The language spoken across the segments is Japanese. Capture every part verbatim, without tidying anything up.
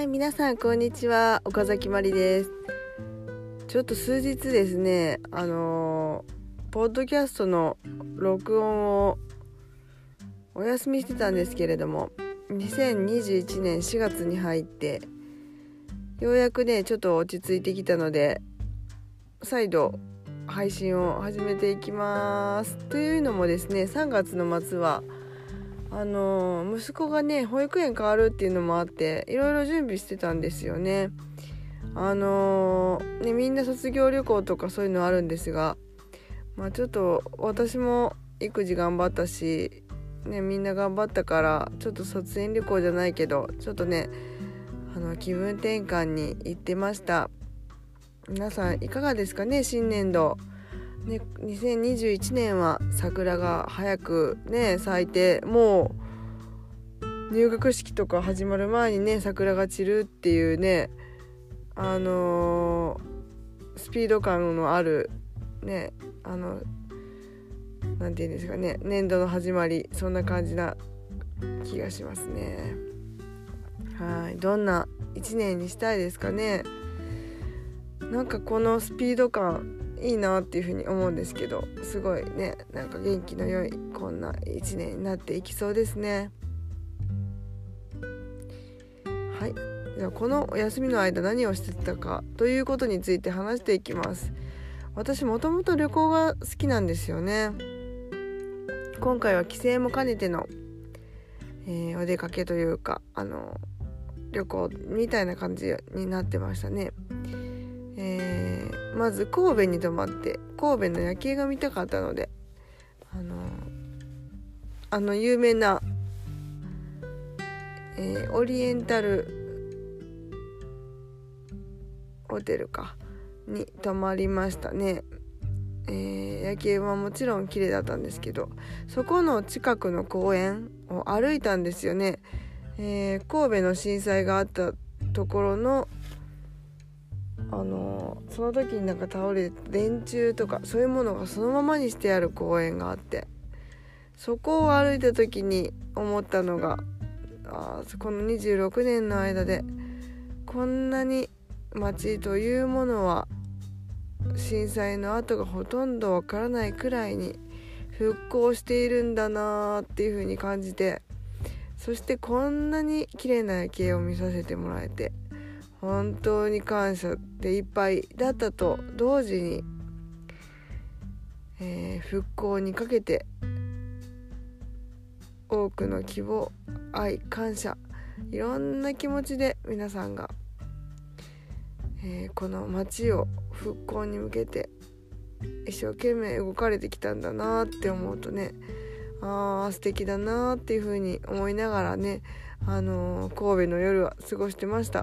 皆さんこんにちは、岡崎まりです。ちょっと数日ですね、あのー、ポッドキャストの録音をお休みしてたんですけれども、にせんにじゅういちねんしがつに入ってようやくねちょっと落ち着いてきたので、再度配信を始めていきます。というのもですね、さんがつの末はあのー、息子がね保育園変わるっていうのもあって、いろいろ準備してたんですよね。あのー、ねみんな卒業旅行とかそういうのあるんですが、まあちょっと私も育児頑張ったし、ね、みんな頑張ったからちょっと卒園旅行じゃないけどちょっとねあの気分転換に行ってました。皆さんいかがですかね。新年度ね、にせんにじゅういちねんは桜が早くね咲いて、もう入学式とか始まる前にね桜が散るっていうね、あのー、スピード感のあるね、あのなんていうんですかね、年度の始まり、そんな感じな気がしますね。はい、どんないちねんにしたいですかね。なんかこのスピード感いいなっていうふうに思うんですけど、すごいね、なんか元気の良いこんないちねんになっていきそうですね。はい、じゃあこのお休みの間何をしてたかということについて話していきます。私もともと旅行が好きなんですよね。今回は帰省も兼ねての、えー、お出かけというか、あの旅行みたいな感じになってましたね。えー、まず神戸に泊まって、神戸の夜景が見たかったので、あのあの有名な、えー、オリエンタルホテルかに泊まりましたね。えー、夜景はもちろん綺麗だったんですけど、そこの近くの公園を歩いたんですよね。えー、神戸の震災があったところのあのその時になんか倒れて電柱とかそういうものがそのままにしてある公園があって、そこを歩いた時に思ったのが、あこのにじゅうろくねんの間でこんなに街というものは震災の跡がほとんどわからないくらいに復興しているんだなっていう風に感じて、そしてこんなに綺麗な夜景を見させてもらえて本当に感謝でいっぱいだったと同時に、えー、復興にかけて多くの希望、愛、感謝、いろんな気持ちで皆さんが、えー、この街を復興に向けて一生懸命動かれてきたんだなって思うとね、あー素敵だなっていう風に思いながらね、あのー、神戸の夜は過ごしてました。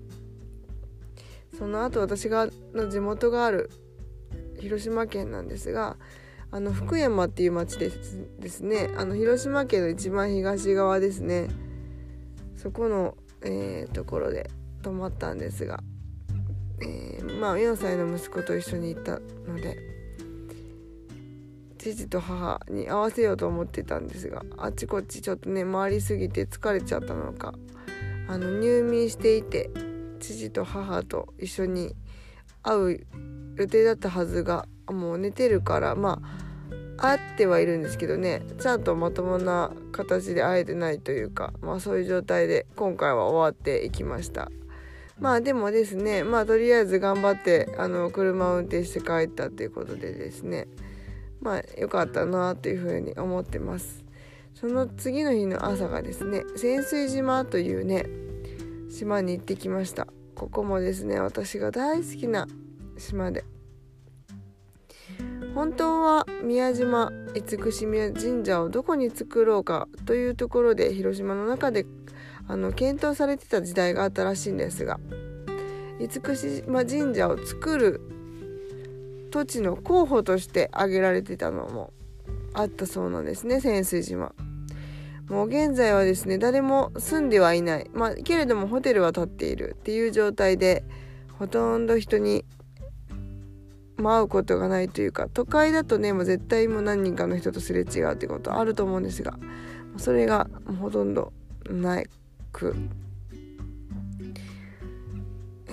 その後私がの地元がある広島県なんですが、あの福山っていう町ですですね、あの広島県の一番東側ですね、そこの、えー、ところで泊まったんですが、えー、まあよんさいの息子と一緒に行ったので父と母に合わせようと思ってたんですが、あっちこっちちょっとね回りすぎて疲れちゃったのか、あの入眠していて父と母と一緒に会う予定だったはずがもう寝てるから、まあ会ってはいるんですけどね、ちゃんとまともな形で会えてないというか、まあそういう状態で今回は終わっていきました。まあでもですね、まあとりあえず頑張ってあの車を運転して帰ったということでですね、まあ良かったなというふうに思ってます。その次の日の朝がですね、潜水島というね島に行ってきました。ここもですね私が大好きな島で、本当は宮島厳島神社をどこに作ろうかというところで広島の中であの検討されてた時代があったらしいんですが、厳島神社を作る土地の候補として挙げられてたのもあったそうなんですね。潜水島もう現在はですね誰も住んではいない、まあけれどもホテルは建っているっていう状態で、ほとんど人に会うことがないというか、都会だとねもう絶対もう何人かの人とすれ違うってことあると思うんですが、それがほとんどなく、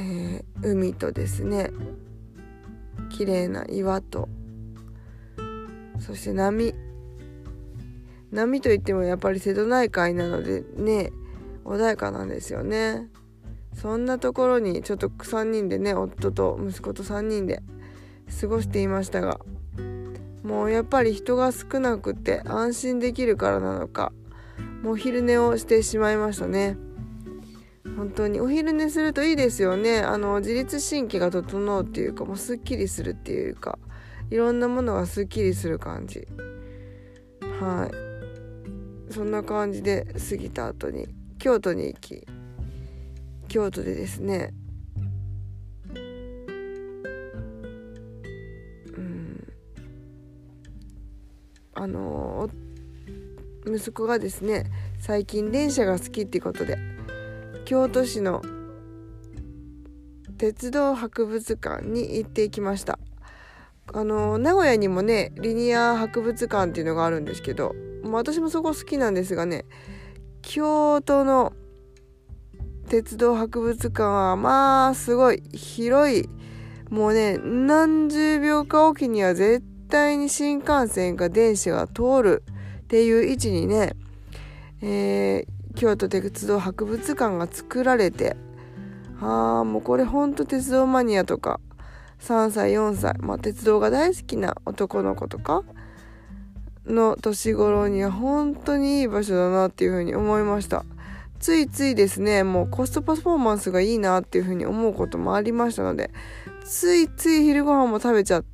えー、海とですね、綺麗な岩と、そして波波といってもやっぱり瀬戸内海なのでね、穏やかなんですよね。そんなところにちょっとさんにんでね、夫と息子とさんにんで過ごしていましたが、もうやっぱり人が少なくて安心できるからなのか、もう昼寝をしてしまいましたね。本当にお昼寝するといいですよね。あの自律神経が整うっていうか、もうすっきりするっていうか、いろんなものがすっきりする感じ。はい、そんな感じで過ぎた後に京都に行き、京都でですね、うんあの息子がですね、最近電車が好きっていうことで京都市の鉄道博物館に行ってきました。あの名古屋にもね、リニア博物館っていうのがあるんですけど、私もそこ好きなんですがね、京都の鉄道博物館はまあすごい広い。もうね、何十秒かおきには絶対に新幹線か電車が通るっていう位置にね、えー、京都鉄道博物館が作られて、あーもうこれほんと鉄道マニアとかさんさいよんさい、まあ、鉄道が大好きな男の子とかの年頃には本当にいい場所だなっていうふうに思いました。ついついですね、もうコストパフォーマンスがいいなっていうふうに思うこともありましたので、ついつい昼ご飯も食べちゃって、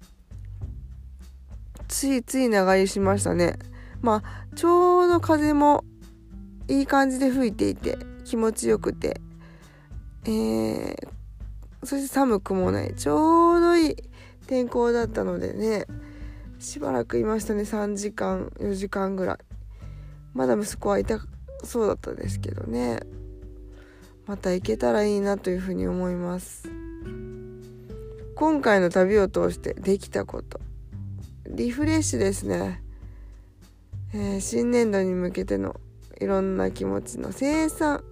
ついつい長居しましたね。まあちょうど風もいい感じで吹いていて気持ちよくて、えー、そして寒くもないちょうどいい天候だったのでね、しばらくいましたね。さんじかんよじかんぐらい。まだ息子はいたそうだったですけどね、また行けたらいいなというふうに思います。今回の旅を通してできたこと、リフレッシュですね。えー、新年度に向けてのいろんな気持ちの清算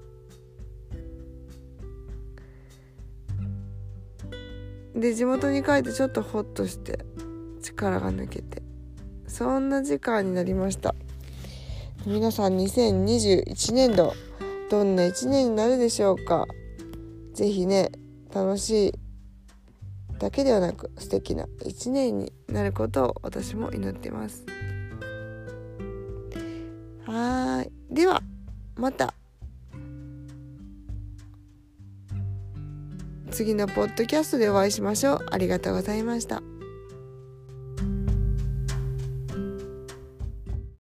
で、地元に帰ってちょっとホッとして力が抜けて、そんな時間になりました。皆さんにせんにじゅういちねんどどんないちねんになるでしょうか。ぜひね、楽しいだけではなく素敵ないちねんになることを私も祈ってます。はい、ではまた次のポッドキャストでお会いしましょう。ありがとうございました。